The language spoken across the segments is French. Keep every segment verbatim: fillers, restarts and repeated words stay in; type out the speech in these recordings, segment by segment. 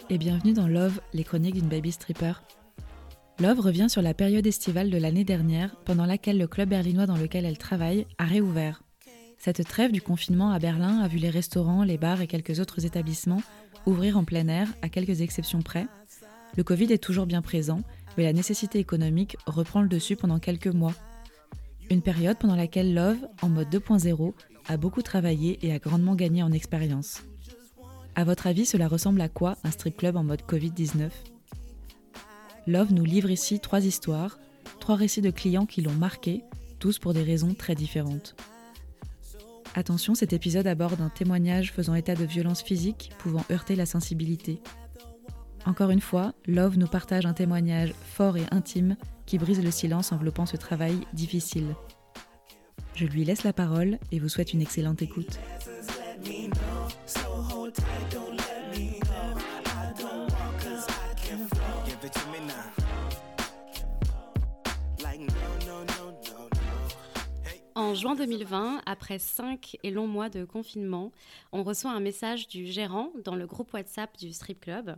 et bienvenue dans Love, les chroniques d'une baby stripper. Love revient sur la période estivale de l'année dernière, pendant laquelle le club berlinois dans lequel elle travaille a réouvert. Cette trêve du confinement à Berlin a vu les restaurants, les bars et quelques autres établissements ouvrir en plein air, à quelques exceptions près. Le Covid est toujours bien présent, mais la nécessité économique reprend le dessus pendant quelques mois. Une période pendant laquelle Love, en mode deux point zéro, a beaucoup travaillé et a grandement gagné en expérience. À votre avis, cela ressemble à quoi un strip club en mode covid dix-neuf ? Love nous livre ici trois histoires, trois récits de clients qui l'ont marqué, tous pour des raisons très différentes. Attention, cet épisode aborde un témoignage faisant état de violences physiques pouvant heurter la sensibilité. Encore une fois, Love nous partage un témoignage fort et intime qui brise le silence enveloppant ce travail difficile. Je lui laisse la parole et vous souhaite une excellente écoute. En juin deux mille vingt, après cinq et longs mois de confinement, on reçoit un message du gérant dans le groupe WhatsApp du strip club.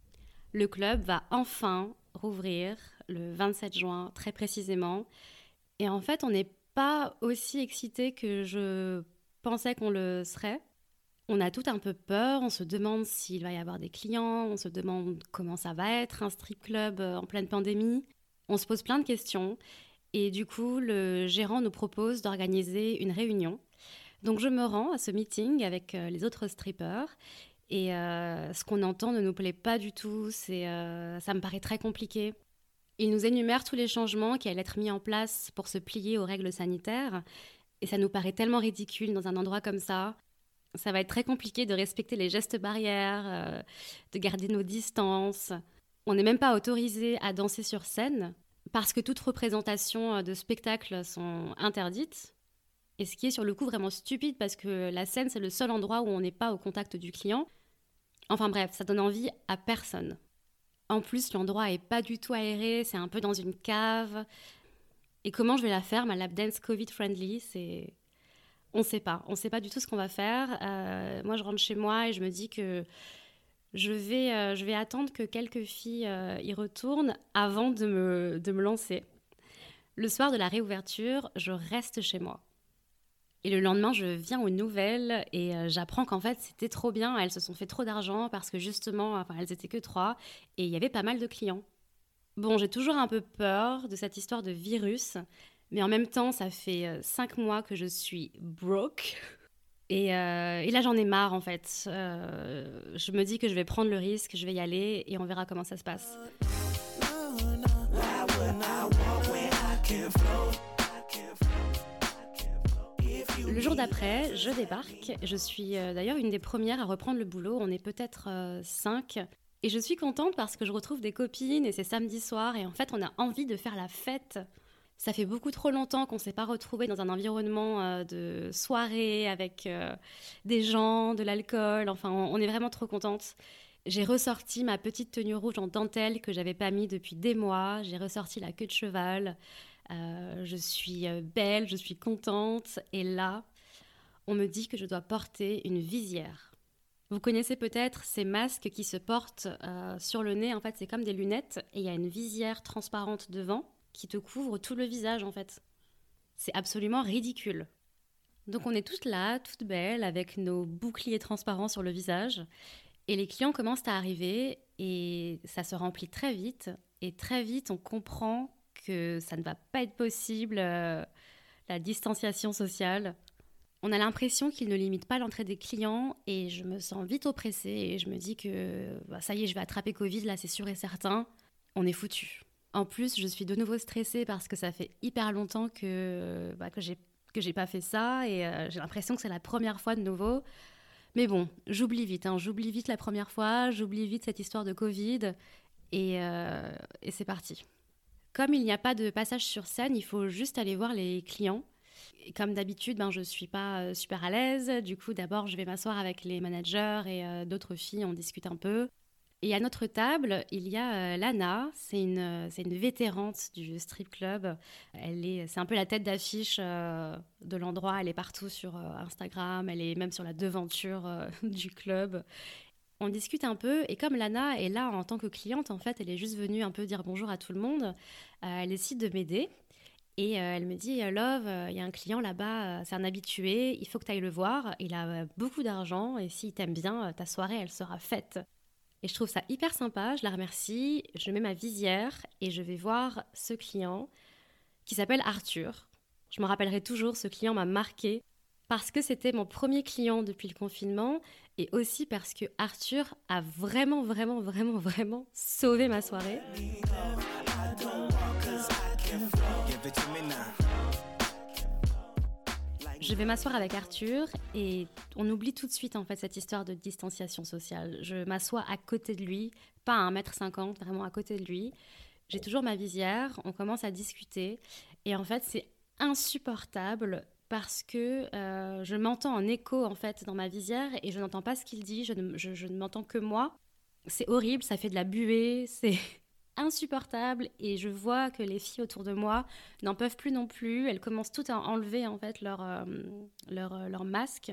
Le club va enfin rouvrir le vingt-sept juin, très précisément. Et en fait, on n'est pas aussi excités que je pensais qu'on le serait. On a tout un peu peur, on se demande s'il va y avoir des clients, on se demande comment ça va être, un strip club en pleine pandémie. On se pose plein de questions. Et du coup, le gérant nous propose d'organiser une réunion. Donc je me rends à ce meeting avec les autres strippers. Et euh, ce qu'on entend ne nous plaît pas du tout, c'est, euh, ça me paraît très compliqué. Il nous énumère tous les changements qui allaient être mis en place pour se plier aux règles sanitaires. Et ça nous paraît tellement ridicule dans un endroit comme ça. Ça va être très compliqué de respecter les gestes barrières, euh, de garder nos distances. On n'est même pas autorisé à danser sur scène parce que toute représentation de spectacles sont interdites. Et ce qui est sur le coup vraiment stupide parce que la scène, c'est le seul endroit où on n'est pas au contact du client. Enfin bref, ça donne envie à personne. En plus, l'endroit est pas du tout aéré, c'est un peu dans une cave. Et comment je vais la faire, ma lap dance Covid-friendly, c'est... On ne sait pas, on ne sait pas du tout ce qu'on va faire. Euh, moi, je rentre chez moi et je me dis que je vais, euh, je vais attendre que quelques filles euh, y retournent avant de me, de me lancer. Le soir de la réouverture, je reste chez moi. Et le lendemain, je viens aux nouvelles et euh, j'apprends qu'en fait, c'était trop bien. Elles se sont fait trop d'argent parce que justement, enfin, elles étaient que trois et il y avait pas mal de clients. Bon, j'ai toujours un peu peur de cette histoire de virus, mais en même temps, ça fait euh, cinq mois que je suis broke. Et, euh, et là, j'en ai marre, en fait. Euh, je me dis que je vais prendre le risque, je vais y aller et on verra comment ça se passe. Le jour d'après, je débarque. Je suis euh, d'ailleurs une des premières à reprendre le boulot. On est peut-être euh, cinq. Et je suis contente parce que je retrouve des copines et c'est samedi soir. Et en fait, on a envie de faire la fête. Ça fait beaucoup trop longtemps qu'on ne s'est pas retrouvés dans un environnement euh, de soirée avec euh, des gens, de l'alcool. Enfin, on, on est vraiment trop contente. J'ai ressorti ma petite tenue rouge en dentelle que j'avais pas mis depuis des mois. J'ai ressorti la queue de cheval. Euh, je suis belle, je suis contente. Et là, on me dit que je dois porter une visière. Vous connaissez peut-être ces masques qui se portent euh, sur le nez. En fait, c'est comme des lunettes et il y a une visière transparente devant qui te couvre tout le visage, en fait. C'est absolument ridicule. Donc on est toutes là, toutes belles, avec nos boucliers transparents sur le visage. Et les clients commencent à arriver et ça se remplit très vite. Et très vite, on comprend que ça ne va pas être possible, euh, la distanciation sociale. On a l'impression qu'ils ne limitent pas l'entrée des clients et je me sens vite oppressée et je me dis que bah, ça y est, je vais attraper Covid, là c'est sûr et certain, on est foutu. En plus, je suis de nouveau stressée parce que ça fait hyper longtemps que, bah, que, j'ai, que j'ai pas fait ça et euh, j'ai l'impression que c'est la première fois de nouveau. Mais bon, j'oublie vite, hein, j'oublie vite la première fois, j'oublie vite cette histoire de Covid et, euh, et c'est parti. Comme il n'y a pas de passage sur scène, il faut juste aller voir les clients. Et comme d'habitude, ben, je ne suis pas super à l'aise. Du coup, d'abord, je vais m'asseoir avec les managers et euh, d'autres filles, on discute un peu. Et à notre table, il y a euh, Lana, c'est une, c'est une vétérante du strip club. Elle est, c'est un peu la tête d'affiche euh, de l'endroit. Elle est partout sur euh, Instagram, elle est même sur la devanture euh, du club. On discute un peu et comme Lana est là en tant que cliente, en fait, elle est juste venue un peu dire bonjour à tout le monde, euh, elle décide de m'aider. Et euh, elle me dit, Love, il euh, y a un client là-bas, euh, c'est un habitué, il faut que tu ailles le voir. Il a euh, beaucoup d'argent et s'il t'aime bien, euh, ta soirée, elle sera faite. Et je trouve ça hyper sympa, je la remercie, je mets ma visière et je vais voir ce client qui s'appelle Arthur. Je me rappellerai toujours, ce client m'a marqué parce que c'était mon premier client depuis le confinement et aussi parce que Arthur a vraiment, vraiment, vraiment, vraiment sauvé ma soirée. Je vais m'asseoir avec Arthur et on oublie tout de suite en fait cette histoire de distanciation sociale. Je m'assois à côté de lui, pas à un mètre cinquante, vraiment à côté de lui. J'ai toujours ma visière, on commence à discuter et en fait c'est insupportable parce que euh, je m'entends en écho en fait dans ma visière et je n'entends pas ce qu'il dit, je ne, je, je ne m'entends que moi. C'est horrible, ça fait de la buée, c'est insupportable et je vois que les filles autour de moi n'en peuvent plus non plus. Elles commencent toutes à enlever en fait leur, euh, leur, euh, leur masque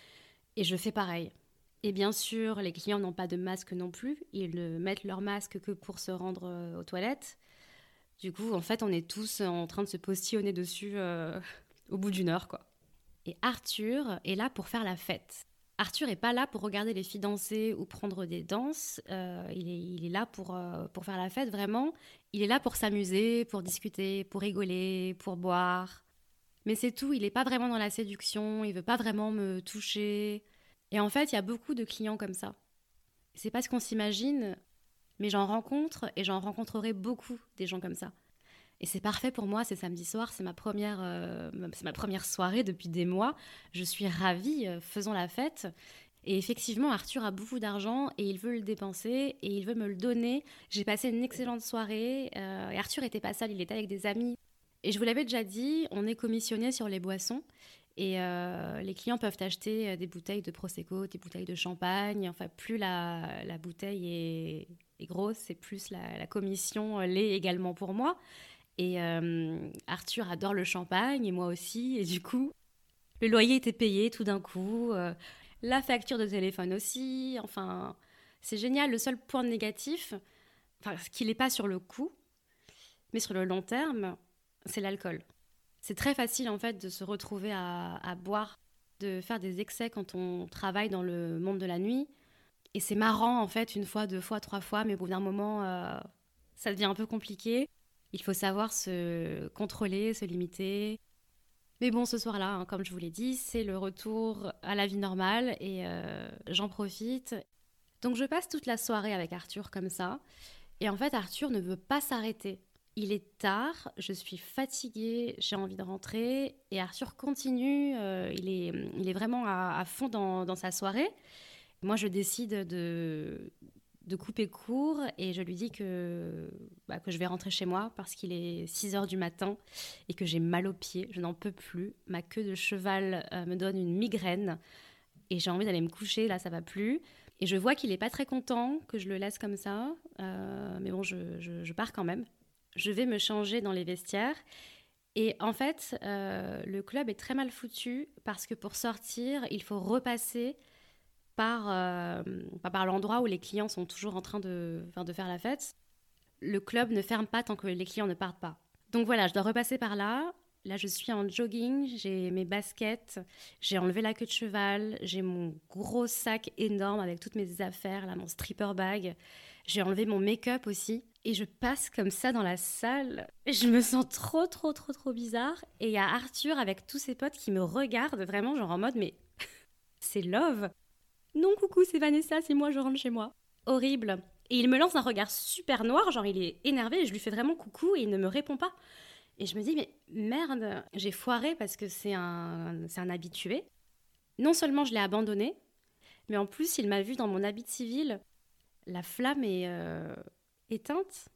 et je fais pareil. Et bien sûr, les clients n'ont pas de masque non plus. Ils ne mettent leur masque que pour se rendre euh, aux toilettes. Du coup, en fait, on est tous en train de se postillonner dessus euh, au bout d'une heure, quoi. Et Arthur est là pour faire la fête. Arthur n'est pas là pour regarder les filles danser ou prendre des danses. Euh, il, est, il est là pour, euh, pour faire la fête, vraiment. Il est là pour s'amuser, pour discuter, pour rigoler, pour boire. Mais c'est tout, il n'est pas vraiment dans la séduction, il ne veut pas vraiment me toucher. Et en fait, il y a beaucoup de clients comme ça. C'est pas ce qu'on s'imagine, mais j'en rencontre et j'en rencontrerai beaucoup des gens comme ça. Et c'est parfait pour moi, c'est samedi soir, c'est ma première, euh, c'est ma première soirée depuis des mois. Je suis ravie, euh, faisons la fête. Et effectivement, Arthur a beaucoup d'argent et il veut le dépenser et il veut me le donner. J'ai passé une excellente soirée euh, et Arthur n'était pas seul, il était avec des amis. Et je vous l'avais déjà dit, on est commissionné sur les boissons et euh, les clients peuvent acheter des bouteilles de Prosecco, des bouteilles de champagne. Enfin, plus la, la bouteille est, est grosse et plus la, la commission l'est également pour moi. Et euh, Arthur adore le champagne et moi aussi. Et du coup, le loyer était payé tout d'un coup. Euh, la facture de téléphone aussi. Enfin, c'est génial. Le seul point négatif, enfin, qu'il n'est pas sur le coup, mais sur le long terme, c'est l'alcool. C'est très facile en fait de se retrouver à, à boire, de faire des excès quand on travaille dans le monde de la nuit. Et c'est marrant en fait, une fois, deux fois, trois fois, mais au bout d'un moment, euh, ça devient un peu compliqué. Il faut savoir se contrôler, se limiter. Mais bon, ce soir-là, hein, comme je vous l'ai dit, c'est le retour à la vie normale et euh, j'en profite. Donc je passe toute la soirée avec Arthur comme ça. Et en fait, Arthur ne veut pas s'arrêter. Il est tard, je suis fatiguée, j'ai envie de rentrer. Et Arthur continue, euh, il, est, il est vraiment à, à fond dans, dans sa soirée. Moi, je décide de... de couper court et je lui dis que, bah, que je vais rentrer chez moi parce qu'il est six heures du matin et que j'ai mal aux pieds, je n'en peux plus. Ma queue de cheval euh, me donne une migraine et j'ai envie d'aller me coucher, là ça va plus. Et je vois qu'il n'est pas très content que je le laisse comme ça, euh, mais bon, je, je, je pars quand même. Je vais me changer dans les vestiaires. Et en fait, euh, le club est très mal foutu parce que pour sortir, il faut repasser Par, euh, par l'endroit où les clients sont toujours en train de, enfin, de faire la fête. Le club ne ferme pas tant que les clients ne partent pas. Donc voilà, je dois repasser par là. Là, je suis en jogging, j'ai mes baskets, j'ai enlevé la queue de cheval, j'ai mon gros sac énorme avec toutes mes affaires, là, mon stripper bag. J'ai enlevé mon make-up aussi. Et je passe comme ça dans la salle. Je me sens trop, trop, trop, trop bizarre. Et il y a Arthur avec tous ses potes qui me regardent vraiment, genre en mode, mais c'est Love. Non, coucou, c'est Vanessa, c'est moi, je rentre chez moi. Horrible. Et il me lance un regard super noir, genre il est énervé, et je lui fais vraiment coucou et il ne me répond pas. Et je me dis, mais merde, j'ai foiré parce que c'est un, c'est un habitué. Non seulement je l'ai abandonné, mais en plus il m'a vu dans mon habit de civil. La flamme est euh, éteinte.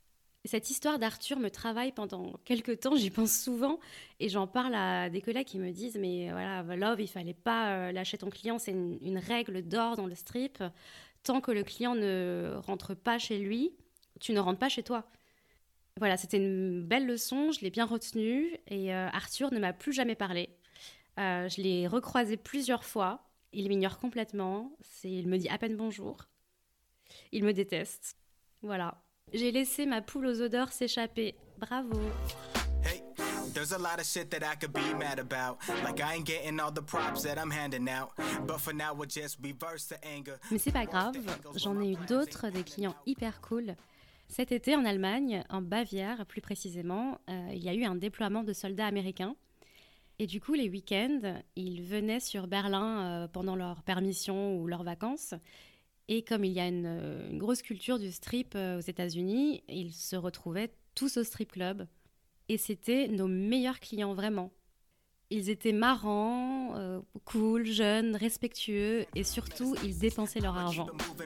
Cette histoire d'Arthur me travaille pendant quelques temps, j'y pense souvent et j'en parle à des collègues qui me disent mais voilà, Love, il fallait pas euh, lâcher ton client, c'est une, une règle d'or dans le strip. Tant que le client ne rentre pas chez lui, tu ne rentres pas chez toi. Voilà, c'était une belle leçon, je l'ai bien retenue et euh, Arthur ne m'a plus jamais parlé. Euh, je l'ai recroisé plusieurs fois Il m'ignore complètement, c'est, il me dit à peine bonjour. Il me déteste. Voilà. J'ai laissé ma poule aux odeurs s'échapper. Bravo. Hey, there's a lot of shit that I could be mad about. Like I ain't getting all the props that I'm handing out. But for now we'll just reverse the anger. Mais c'est pas grave, j'en ai eu d'autres, des clients hyper cool. Cet été en Allemagne, en Bavière plus précisément, euh, il y a eu un déploiement de soldats américains. Et du coup, les week-ends, ils venaient sur Berlin euh, pendant leur permission ou leurs vacances. Et comme il y a une, une grosse culture du strip euh, aux États-Unis, ils se retrouvaient tous au strip club. Et c'était nos meilleurs clients, vraiment. Ils étaient marrants, euh, cool, jeunes, respectueux et surtout, ils dépensaient leur argent.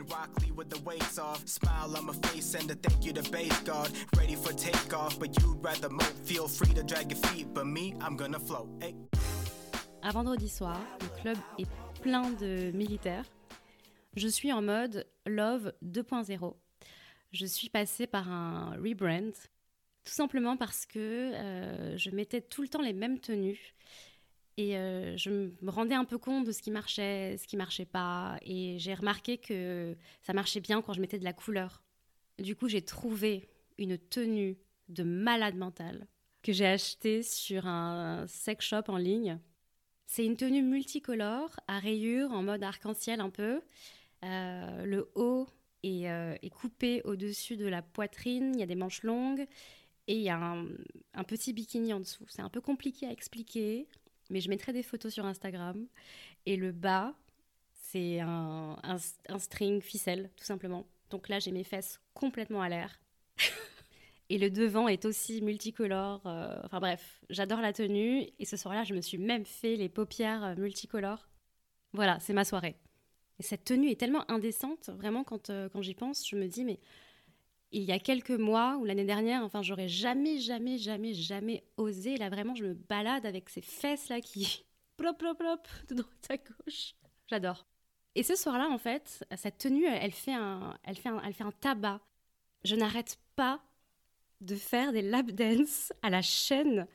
Un vendredi soir, le club est plein de militaires. Je suis en mode Love deux point zéro. Je suis passée par un rebrand. Tout simplement parce que euh, je mettais tout le temps les mêmes tenues et euh, je me rendais un peu compte de ce qui marchait, ce qui marchait pas. Et j'ai remarqué que ça marchait bien quand je mettais de la couleur. Du coup, j'ai trouvé une tenue de malade mentale que j'ai achetée sur un sex shop en ligne. C'est une tenue multicolore à rayures en mode arc-en-ciel un peu. Euh, le haut est, euh, est coupé au-dessus de la poitrine, il y a des manches longues. Et il y a un, un petit bikini en dessous. C'est un peu compliqué à expliquer, mais je mettrai des photos sur Instagram. Et le bas, c'est un, un, un string ficelle, tout simplement. Donc là, j'ai mes fesses complètement à l'air. Et le devant est aussi multicolore. Euh, enfin bref, j'adore la tenue. Et ce soir-là, je me suis même fait les paupières multicolores. Voilà, c'est ma soirée. Et cette tenue est tellement indécente, vraiment, quand, euh, quand j'y pense, je me dis, mais... Il y a quelques mois ou l'année dernière, enfin, j'aurais jamais, jamais, jamais, jamais osé. Là, vraiment, je me balade avec ces fesses-là qui... plop, plop, plop, de droite à gauche. J'adore. Et ce soir-là, en fait, cette tenue, elle fait un, elle fait un, elle fait un tabac. Je n'arrête pas de faire des lap dance à la chaîne.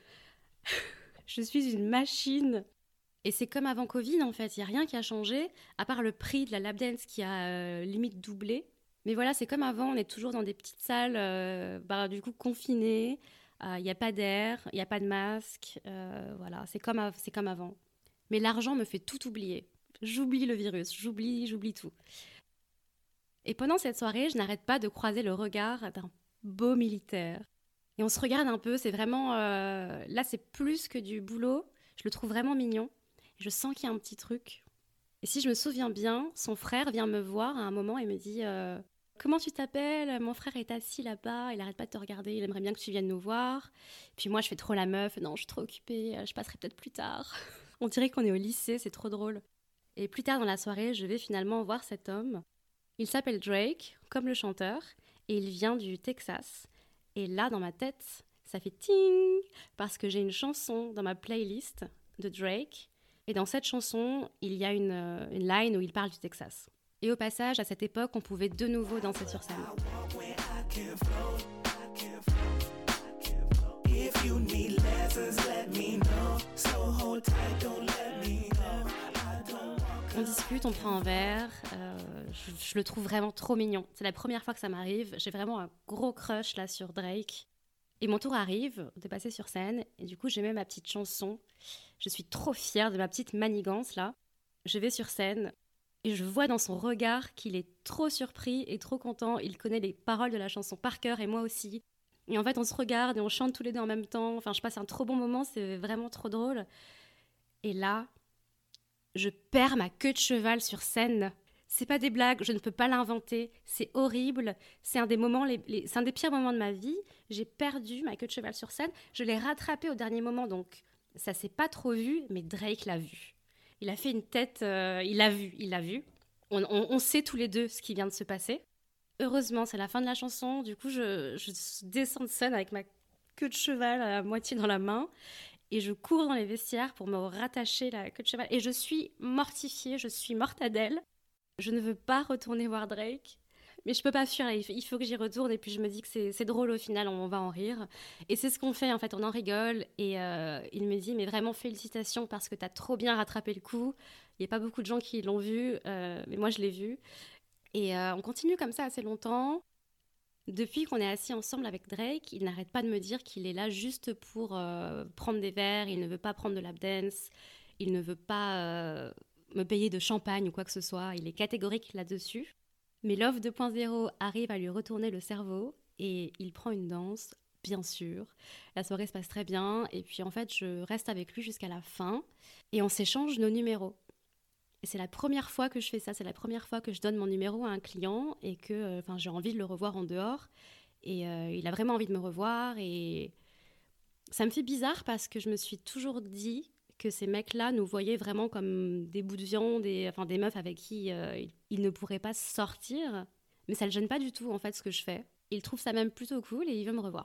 Je suis une machine. Et c'est comme avant Covid, en fait. Il n'y a rien qui a changé, à part le prix de la lap dance qui a euh, limite doublé. Mais voilà, c'est comme avant, on est toujours dans des petites salles, euh, bah, du coup confinées, il euh, n'y a pas d'air, il n'y a pas de masque, euh, voilà, c'est comme, av- c'est comme avant. Mais l'argent me fait tout oublier. J'oublie le virus, j'oublie, j'oublie tout. Et pendant cette soirée, je n'arrête pas de croiser le regard d'un beau militaire. Et on se regarde un peu, c'est vraiment... euh, là, c'est plus que du boulot, je le trouve vraiment mignon. Je sens qu'il y a un petit truc. Et si je me souviens bien, son frère vient me voir à un moment et me dit euh, « Comment tu t'appelles ? Mon frère est assis là-bas, il n'arrête pas de te regarder, il aimerait bien que tu viennes nous voir. » Puis moi, je fais trop la meuf « Non, je suis trop occupée, je passerai peut-être plus tard. » On dirait qu'on est au lycée, c'est trop drôle. Et plus tard dans la soirée, je vais finalement voir cet homme. Il s'appelle Drake, comme le chanteur, et il vient du Texas. Et là, dans ma tête, ça fait ting, parce que j'ai une chanson dans ma playlist de Drake. Et dans cette chanson, il y a une, une line où il parle du Texas. Et au passage, à cette époque, on pouvait de nouveau danser sur scène. On discute, on prend un verre. Euh, je, je le trouve vraiment trop mignon. C'est la première fois que ça m'arrive. J'ai vraiment un gros crush là sur Drake. Et mon tour arrive de passer sur scène. Et du coup, j'ai même ma petite chanson. Je suis trop fière de ma petite manigance, là. Je vais sur scène et je vois dans son regard qu'il est trop surpris et trop content. Il connaît les paroles de la chanson par cœur et moi aussi. Et en fait, on se regarde et on chante tous les deux en même temps. Enfin, je passe un trop bon moment, c'est vraiment trop drôle. Et là, je perds ma queue de cheval sur scène. C'est pas des blagues, je ne peux pas l'inventer. C'est horrible. C'est un des moments, les, les, c'est un des pires moments de ma vie. J'ai perdu ma queue de cheval sur scène. Je l'ai rattrapée au dernier moment, donc ça s'est pas trop vu, mais Drake l'a vu. Il a fait une tête, euh, il l'a vu, il l'a vu. On, on, on sait tous les deux ce qui vient de se passer. Heureusement, c'est la fin de la chanson. Du coup, je, je descends de scène avec ma queue de cheval à moitié dans la main. Et je cours dans les vestiaires pour me rattacher la queue de cheval. Et je suis mortifiée, je suis mortadelle. Je ne veux pas retourner voir Drake. Mais je peux pas fuir, il faut que j'y retourne. Et puis je me dis que c'est, c'est drôle au final, on va en rire. Et c'est ce qu'on fait, en fait, on en rigole. Et euh, il me dit, mais vraiment félicitations parce que t'as trop bien rattrapé le coup. Il n'y a pas beaucoup de gens qui l'ont vu, euh, mais moi je l'ai vu. Et euh, on continue comme ça assez longtemps. Depuis qu'on est assis ensemble avec Drake, il n'arrête pas de me dire qu'il est là juste pour euh, prendre des verres, il ne veut pas prendre de lap dance, il ne veut pas euh, me payer de champagne ou quoi que ce soit, il est catégorique là-dessus. Mais Love deux point zéro arrive à lui retourner le cerveau et il prend une danse, bien sûr. La soirée se passe très bien et puis en fait je reste avec lui jusqu'à la fin et on s'échange nos numéros. Et c'est la première fois que je fais ça, c'est la première fois que je donne mon numéro à un client et que enfin, j'ai envie de le revoir en dehors. Et euh, il a vraiment envie de me revoir. Et ça me fait bizarre parce que je me suis toujours dit que ces mecs-là nous voyaient vraiment comme des bouts de viande, et, enfin des meufs avec qui euh, ils, ils ne pourraient pas sortir. Mais ça ne le gêne pas du tout en fait ce que je fais. Il trouve ça même plutôt cool et il veut me revoir.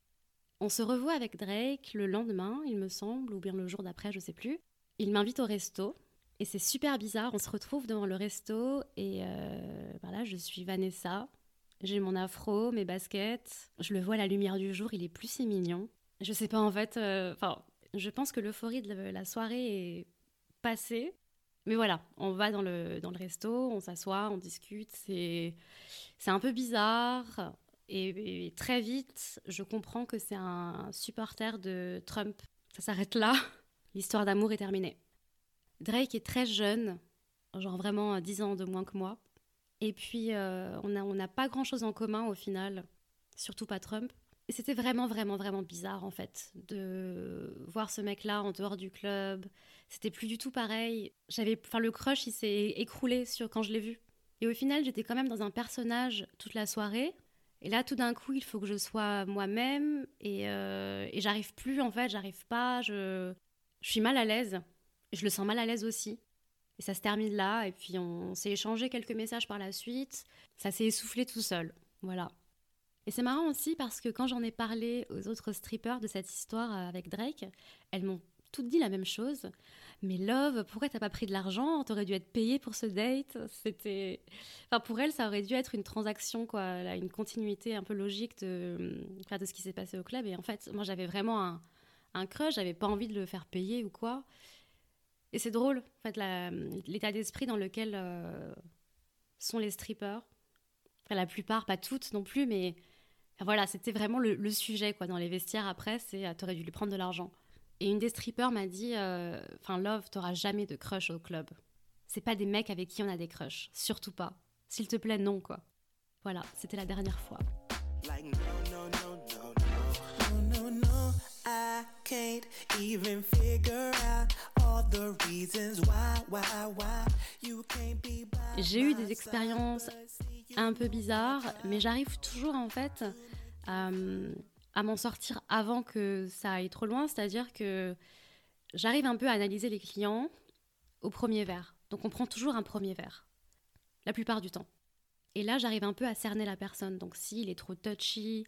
On se revoit avec Drake le lendemain, il me semble, ou bien le jour d'après, je sais plus. Il m'invite au resto. Et c'est super bizarre, on se retrouve devant le resto et euh, ben là, je suis Vanessa, j'ai mon afro, mes baskets, je le vois à la lumière du jour, il est plus si mignon. Je sais pas en fait, enfin, euh, je pense que l'euphorie de la soirée est passée, mais voilà, on va dans le, dans le resto, on s'assoit, on discute, c'est, c'est un peu bizarre et, et très vite, je comprends que c'est un supporter de Trump. Ça s'arrête là, l'histoire d'amour est terminée. Drake est très jeune, genre vraiment dix ans de moins que moi. Et puis, euh, on n'a on a pas grand-chose en commun au final, surtout pas Trump. Et c'était vraiment, vraiment, vraiment bizarre en fait, de voir ce mec-là en dehors du club. C'était plus du tout pareil. J'avais, enfin, le crush, il s'est écroulé sur, quand je l'ai vu. Et au final, j'étais quand même dans un personnage toute la soirée. Et là, tout d'un coup, il faut que je sois moi-même. Et, euh, et j'arrive plus, en fait, j'arrive pas. Je, je suis mal à l'aise. Je le sens mal à l'aise aussi. Et ça se termine là. Et puis, on s'est échangé quelques messages par la suite. Ça s'est essoufflé tout seul. Voilà. Et c'est marrant aussi parce que quand j'en ai parlé aux autres strippers de cette histoire avec Drake, elles m'ont toutes dit la même chose. Mais Love, pourquoi t'as pas pris de l'argent ? T'aurais dû être payée pour ce date. C'était... Enfin, pour elles, ça aurait dû être une transaction, quoi. Là, une continuité un peu logique de, enfin, de ce qui s'est passé au club. Et en fait, moi, j'avais vraiment un, un crush. J'avais pas envie de le faire payer ou quoi. Et c'est drôle, en fait, la, l'état d'esprit dans lequel euh, sont les strippers. Enfin, la plupart, pas toutes non plus, mais enfin, voilà, c'était vraiment le, le sujet, quoi, dans les vestiaires après, c'est euh, t'aurais dû lui prendre de l'argent. Et une des strippers m'a dit, enfin, euh, Love, t'auras jamais de crush au club. C'est pas des mecs avec qui on a des crushs, surtout pas. S'il te plaît, non, quoi. Voilà, c'était la dernière fois. Like, no, no, no, no, no, no, no, I can't even figure out all the reasons why, why, why you can't be by. J'ai eu des expériences un peu bizarres, mais j'arrive toujours en fait à, à m'en sortir avant que ça aille trop loin, c'est-à-dire que j'arrive un peu à analyser les clients au premier verre. Donc on prend toujours un premier verre, la plupart du temps. Et là, j'arrive un peu à cerner la personne. Donc s'il est trop touchy,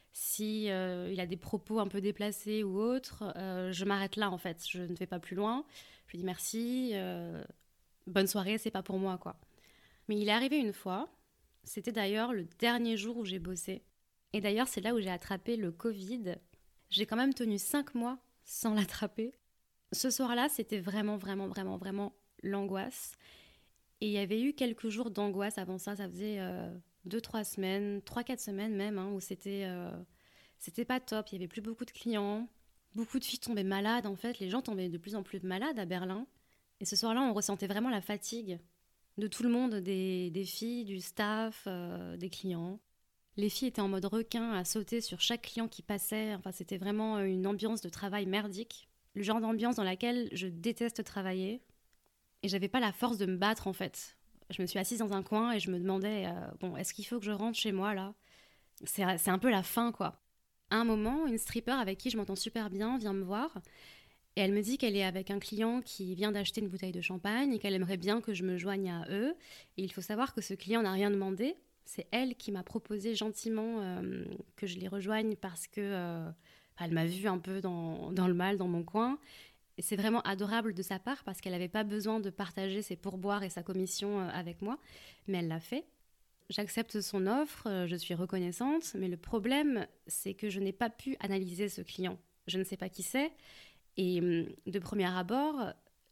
si euh, il a des propos un peu déplacés ou autres, euh, je m'arrête là en fait. Je ne vais pas plus loin. Je lui dis merci, euh, bonne soirée, c'est pas pour moi quoi. Mais il est arrivé une fois. C'était d'ailleurs le dernier jour où j'ai bossé. Et d'ailleurs, c'est là où j'ai attrapé le Covid. J'ai quand même tenu cinq mois sans l'attraper. Ce soir-là, c'était vraiment, vraiment, vraiment, vraiment l'angoisse. Et il y avait eu quelques jours d'angoisse avant ça. Ça faisait euh, deux, trois semaines, trois, quatre semaines même, hein, où c'était, euh, c'était pas top. Il y avait plus beaucoup de clients. Beaucoup de filles tombaient malades, en fait. Les gens tombaient de plus en plus malades à Berlin. Et ce soir-là, on ressentait vraiment la fatigue de tout le monde, des, des filles, du staff, euh, des clients. Les filles étaient en mode requin à sauter sur chaque client qui passait. Enfin, c'était vraiment une ambiance de travail merdique. Le genre d'ambiance dans laquelle je déteste travailler. Et j'avais pas la force de me battre, en fait. Je me suis assise dans un coin et je me demandais, euh, bon, est-ce qu'il faut que je rentre chez moi, là ? c'est, c'est un peu la fin, quoi. À un moment, une stripper avec qui je m'entends super bien vient me voir. Et elle me dit qu'elle est avec un client qui vient d'acheter une bouteille de champagne et qu'elle aimerait bien que je me joigne à eux. Et il faut savoir que ce client n'a rien demandé. C'est elle qui m'a proposé gentiment euh, que je les rejoigne parce que euh, elle m'a vue un peu dans, dans le mal, dans mon coin. Et c'est vraiment adorable de sa part parce qu'elle n'avait pas besoin de partager ses pourboires et sa commission avec moi. Mais elle l'a fait. J'accepte son offre, euh, je suis reconnaissante, mais le problème, c'est que je n'ai pas pu analyser ce client. Je ne sais pas qui c'est, et hum, de premier abord,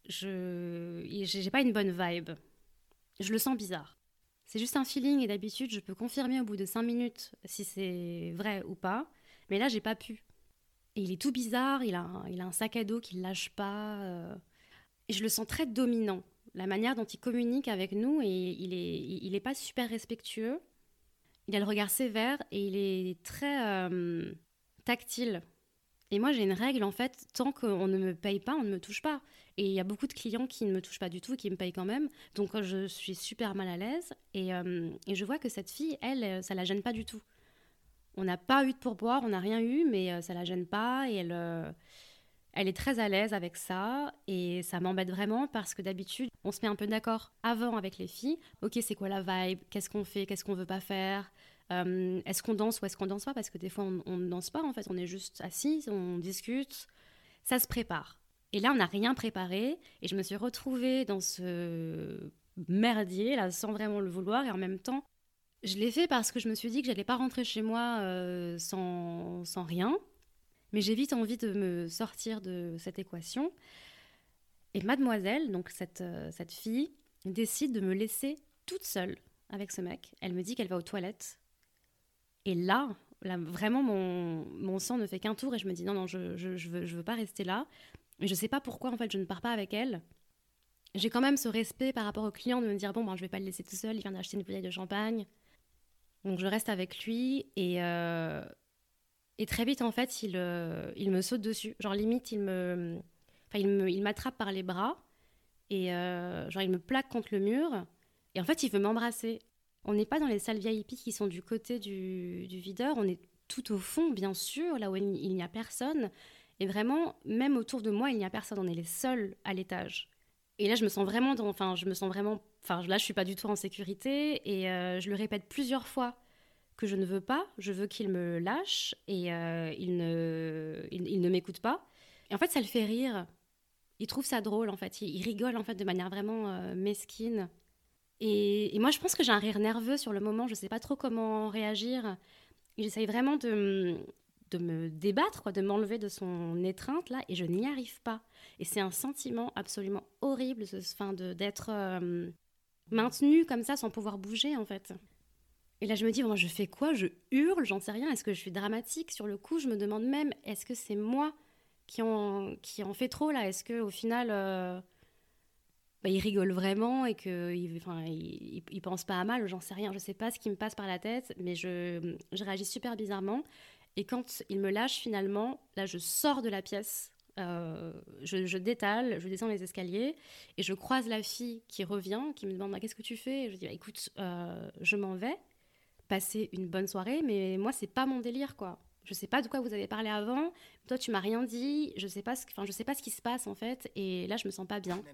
je j'ai pas une bonne vibe. Je le sens bizarre. C'est juste un feeling, et d'habitude, je peux confirmer au bout de cinq minutes si c'est vrai ou pas, mais là, j'ai pas pu. Et il est tout bizarre, il a un, il a un sac à dos qui ne lâche pas, euh, et je le sens très dominant. La manière dont il communique avec nous, et il est, il est pas super respectueux. Il a le regard sévère et il est très euh, tactile. Et moi, j'ai une règle, en fait, tant qu'on ne me paye pas, on ne me touche pas. Et il y a beaucoup de clients qui ne me touchent pas du tout et qui me payent quand même. Donc, je suis super mal à l'aise. Et, euh, et je vois que cette fille, elle, ça la gêne pas du tout. On n'a pas eu de pourboire, on n'a rien eu, mais ça la gêne pas. Et elle... Euh, Elle est très à l'aise avec ça et ça m'embête vraiment parce que d'habitude, on se met un peu d'accord avant avec les filles. Ok, c'est quoi la vibe? Qu'est-ce qu'on fait? Qu'est-ce qu'on veut pas faire? euh, Est-ce qu'on danse ou est-ce qu'on danse pas? Parce que des fois, on ne danse pas en fait. On est juste assis, on discute. Ça se prépare. Et là, on n'a rien préparé et je me suis retrouvée dans ce merdier là sans vraiment le vouloir et en même temps, je l'ai fait parce que je me suis dit que j'allais pas rentrer chez moi euh, sans, sans rien. Mais j'ai vite envie de me sortir de cette équation. Et mademoiselle, donc cette, euh, cette fille, décide de me laisser toute seule avec ce mec. Elle me dit qu'elle va aux toilettes. Et là, là vraiment, mon, mon sang ne fait qu'un tour et je me dis non, non, je, je, je, veux, je veux pas rester là. Et je sais pas pourquoi, en fait, je ne pars pas avec elle. J'ai quand même ce respect par rapport au client de me dire bon, ben, je vais pas le laisser tout seul, il vient d'acheter une bouteille de champagne. Donc je reste avec lui et... Euh, Et très vite, en fait, il, euh, il me saute dessus. Genre, limite, il me, enfin, il me, il m'attrape par les bras et euh, genre, il me plaque contre le mur. Et en fait, il veut m'embrasser. On n'est pas dans les salles V I P qui sont du côté du, du videur. On est tout au fond, bien sûr, là où il, il n'y a personne. Et vraiment, même autour de moi, il n'y a personne. On est les seuls à l'étage. Et là, je me sens vraiment, dans, enfin, je me sens vraiment, enfin, là, je suis pas du tout en sécurité. Et euh, je le répète plusieurs fois. Que je ne veux pas, je veux qu'il me lâche et euh, il, ne, il, il ne m'écoute pas. Et en fait, ça le fait rire. Il trouve ça drôle, en fait. Il, il rigole, en fait, de manière vraiment euh, mesquine. Et, et moi, je pense que j'ai un rire nerveux sur le moment. Je ne sais pas trop comment réagir. Et j'essaye vraiment de, de me débattre, quoi, de m'enlever de son étreinte, là, et je n'y arrive pas. Et c'est un sentiment absolument horrible, ce, enfin, de, d'être euh, maintenue comme ça, sans pouvoir bouger, en fait. Et là, je me dis, bon, je fais quoi? Je hurle, j'en sais rien. Est-ce que je suis dramatique? Sur le coup, je me demande même, est-ce que c'est moi qui en, qui en fait trop, là? Est-ce qu'au final, euh, bah, il rigole vraiment et qu'il enfin, il, il pense pas à mal? J'en sais rien. Je sais pas ce qui me passe par la tête, mais je, je réagis super bizarrement. Et quand il me lâche, finalement, là, je sors de la pièce. Euh, je, je détale, je descends les escaliers et je croise la fille qui revient, qui me demande, bah, qu'est-ce que tu fais? Et je dis, bah, écoute, euh, je m'en vais. Passer une bonne soirée, mais moi, c'est pas mon délire, quoi. Je sais pas de quoi vous avez parlé avant. Toi, tu m'as rien dit. Je sais pas ce, enfin, je sais pas ce qui se passe, en fait. Et là, je me sens pas bien.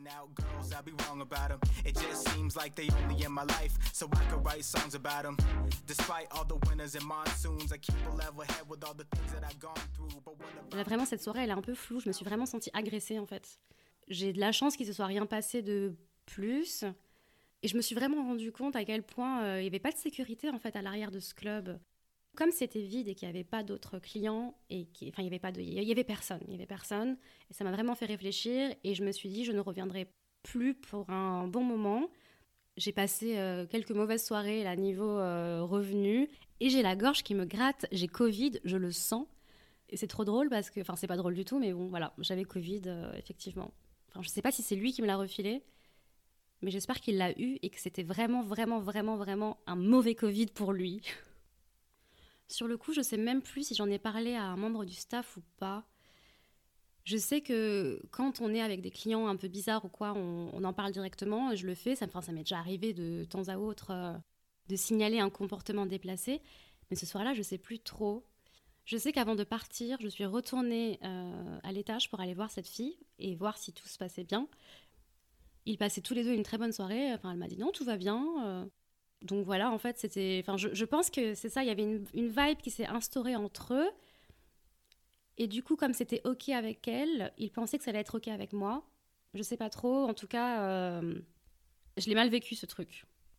Là, vraiment, cette soirée, elle est un peu floue. Je me suis vraiment sentie agressée, en fait. J'ai de la chance qu'il se soit rien passé de plus. Et je me suis vraiment rendu compte à quel point euh, il n'y avait pas de sécurité en fait à l'arrière de ce club. Comme c'était vide et qu'il n'y avait pas d'autres clients, et qui, enfin il n'y avait pas de, il y avait personne, il y avait personne. Et ça m'a vraiment fait réfléchir et je me suis dit je ne reviendrai plus pour un bon moment. J'ai passé euh, quelques mauvaises soirées à niveau euh, revenu et j'ai la gorge qui me gratte, j'ai Covid, je le sens. Et c'est trop drôle parce que, enfin c'est pas drôle du tout, mais bon voilà, j'avais Covid euh, effectivement. Enfin je sais pas si c'est lui qui me l'a refilé. Mais j'espère qu'il l'a eu et que c'était vraiment, vraiment, vraiment, vraiment un mauvais Covid pour lui. Sur le coup, je sais même plus si j'en ai parlé à un membre du staff ou pas. Je sais que quand on est avec des clients un peu bizarres ou quoi, on, on en parle directement, je le fais. Ça, enfin, ça m'est déjà arrivé de temps à autre euh, de signaler un comportement déplacé. Mais ce soir-là, je sais plus trop. Je sais qu'avant de partir, je suis retournée euh, à l'étage pour aller voir cette fille et voir si tout se passait bien. Ils passaient tous les deux une très bonne soirée. Enfin, elle m'a dit non, tout va bien. Euh, donc voilà, en fait, c'était. Enfin, je, je pense que c'est ça. Il y avait une, une vibe qui s'est instaurée entre eux. Et du coup, comme c'était ok avec elle, ils pensaient que ça allait être ok avec moi. Je sais pas trop. En tout cas, euh, je l'ai mal vécu ce truc.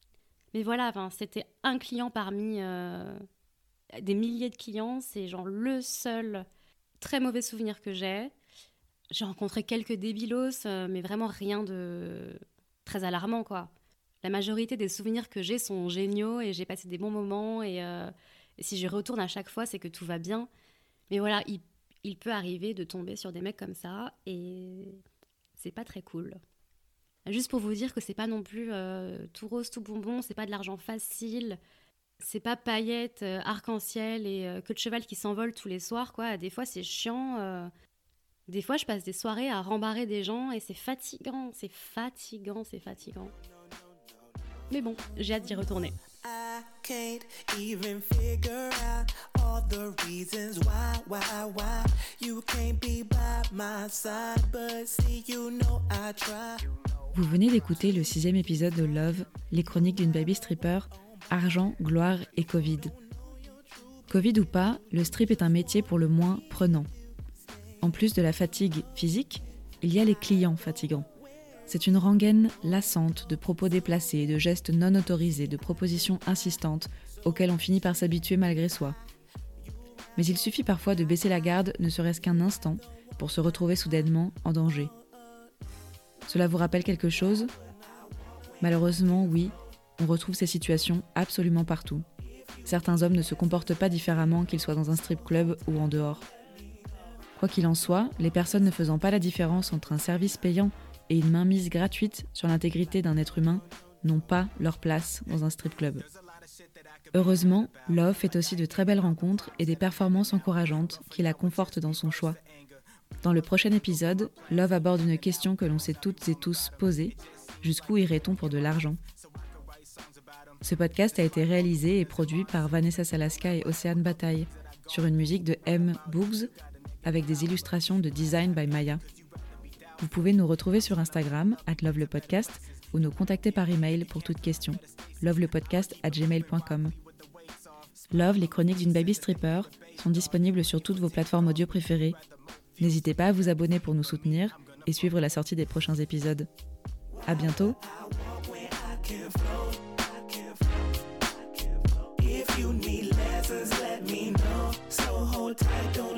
Mais voilà, enfin, c'était un client parmi euh, des milliers de clients. C'est genre le seul très mauvais souvenir que j'ai. J'ai rencontré quelques débilos, euh, mais vraiment rien de très alarmant, quoi. La majorité des souvenirs que j'ai sont géniaux et j'ai passé des bons moments. Et, euh, et si j'y retourne à chaque fois, c'est que tout va bien. Mais voilà, il, il peut arriver de tomber sur des mecs comme ça et c'est pas très cool. Juste pour vous dire que c'est pas non plus euh, tout rose, tout bonbon, c'est pas de l'argent facile, c'est pas paillettes, euh, arc-en-ciel et euh, queue de cheval qui s'envole tous les soirs, quoi. Des fois, c'est chiant. Euh... Des fois, je passe des soirées à rembarrer des gens et c'est fatigant, c'est fatigant, c'est fatigant. Mais bon, j'ai hâte d'y retourner. I can't even figure out all the reasons why, why, why you can't be by my side, but see, you know I try. Vous venez d'écouter le sixième épisode de Love, les chroniques d'une baby stripper, argent, gloire et Covid. Covid ou pas, le strip est un métier pour le moins prenant. En plus de la fatigue physique, il y a les clients fatigants. C'est une rengaine lassante de propos déplacés, de gestes non autorisés, de propositions insistantes auxquelles on finit par s'habituer malgré soi. Mais il suffit parfois de baisser la garde, ne serait-ce qu'un instant, pour se retrouver soudainement en danger. Cela vous rappelle quelque chose ? Malheureusement, oui, on retrouve ces situations absolument partout. Certains hommes ne se comportent pas différemment qu'ils soient dans un strip club ou en dehors. Quoi qu'il en soit, les personnes ne faisant pas la différence entre un service payant et une mainmise gratuite sur l'intégrité d'un être humain n'ont pas leur place dans un strip club. Heureusement, Love fait aussi de très belles rencontres et des performances encourageantes qui la confortent dans son choix. Dans le prochain épisode, Love aborde une question que l'on s'est toutes et tous posée, jusqu'où irait-on pour de l'argent ? Ce podcast a été réalisé et produit par Vanessa Salaska et Océane Bataille, sur une musique de M. Boogs, avec des illustrations de Design by Maya. Vous pouvez nous retrouver sur Instagram, at lovelepodcast, ou nous contacter par email pour toute question, lovelepodcast at gmail point com. Love, les chroniques d'une baby stripper, sont disponibles sur toutes vos plateformes audio préférées. N'hésitez pas à vous abonner pour nous soutenir et suivre la sortie des prochains épisodes. À bientôt! If you need lessons, let me know. So hold tight, don't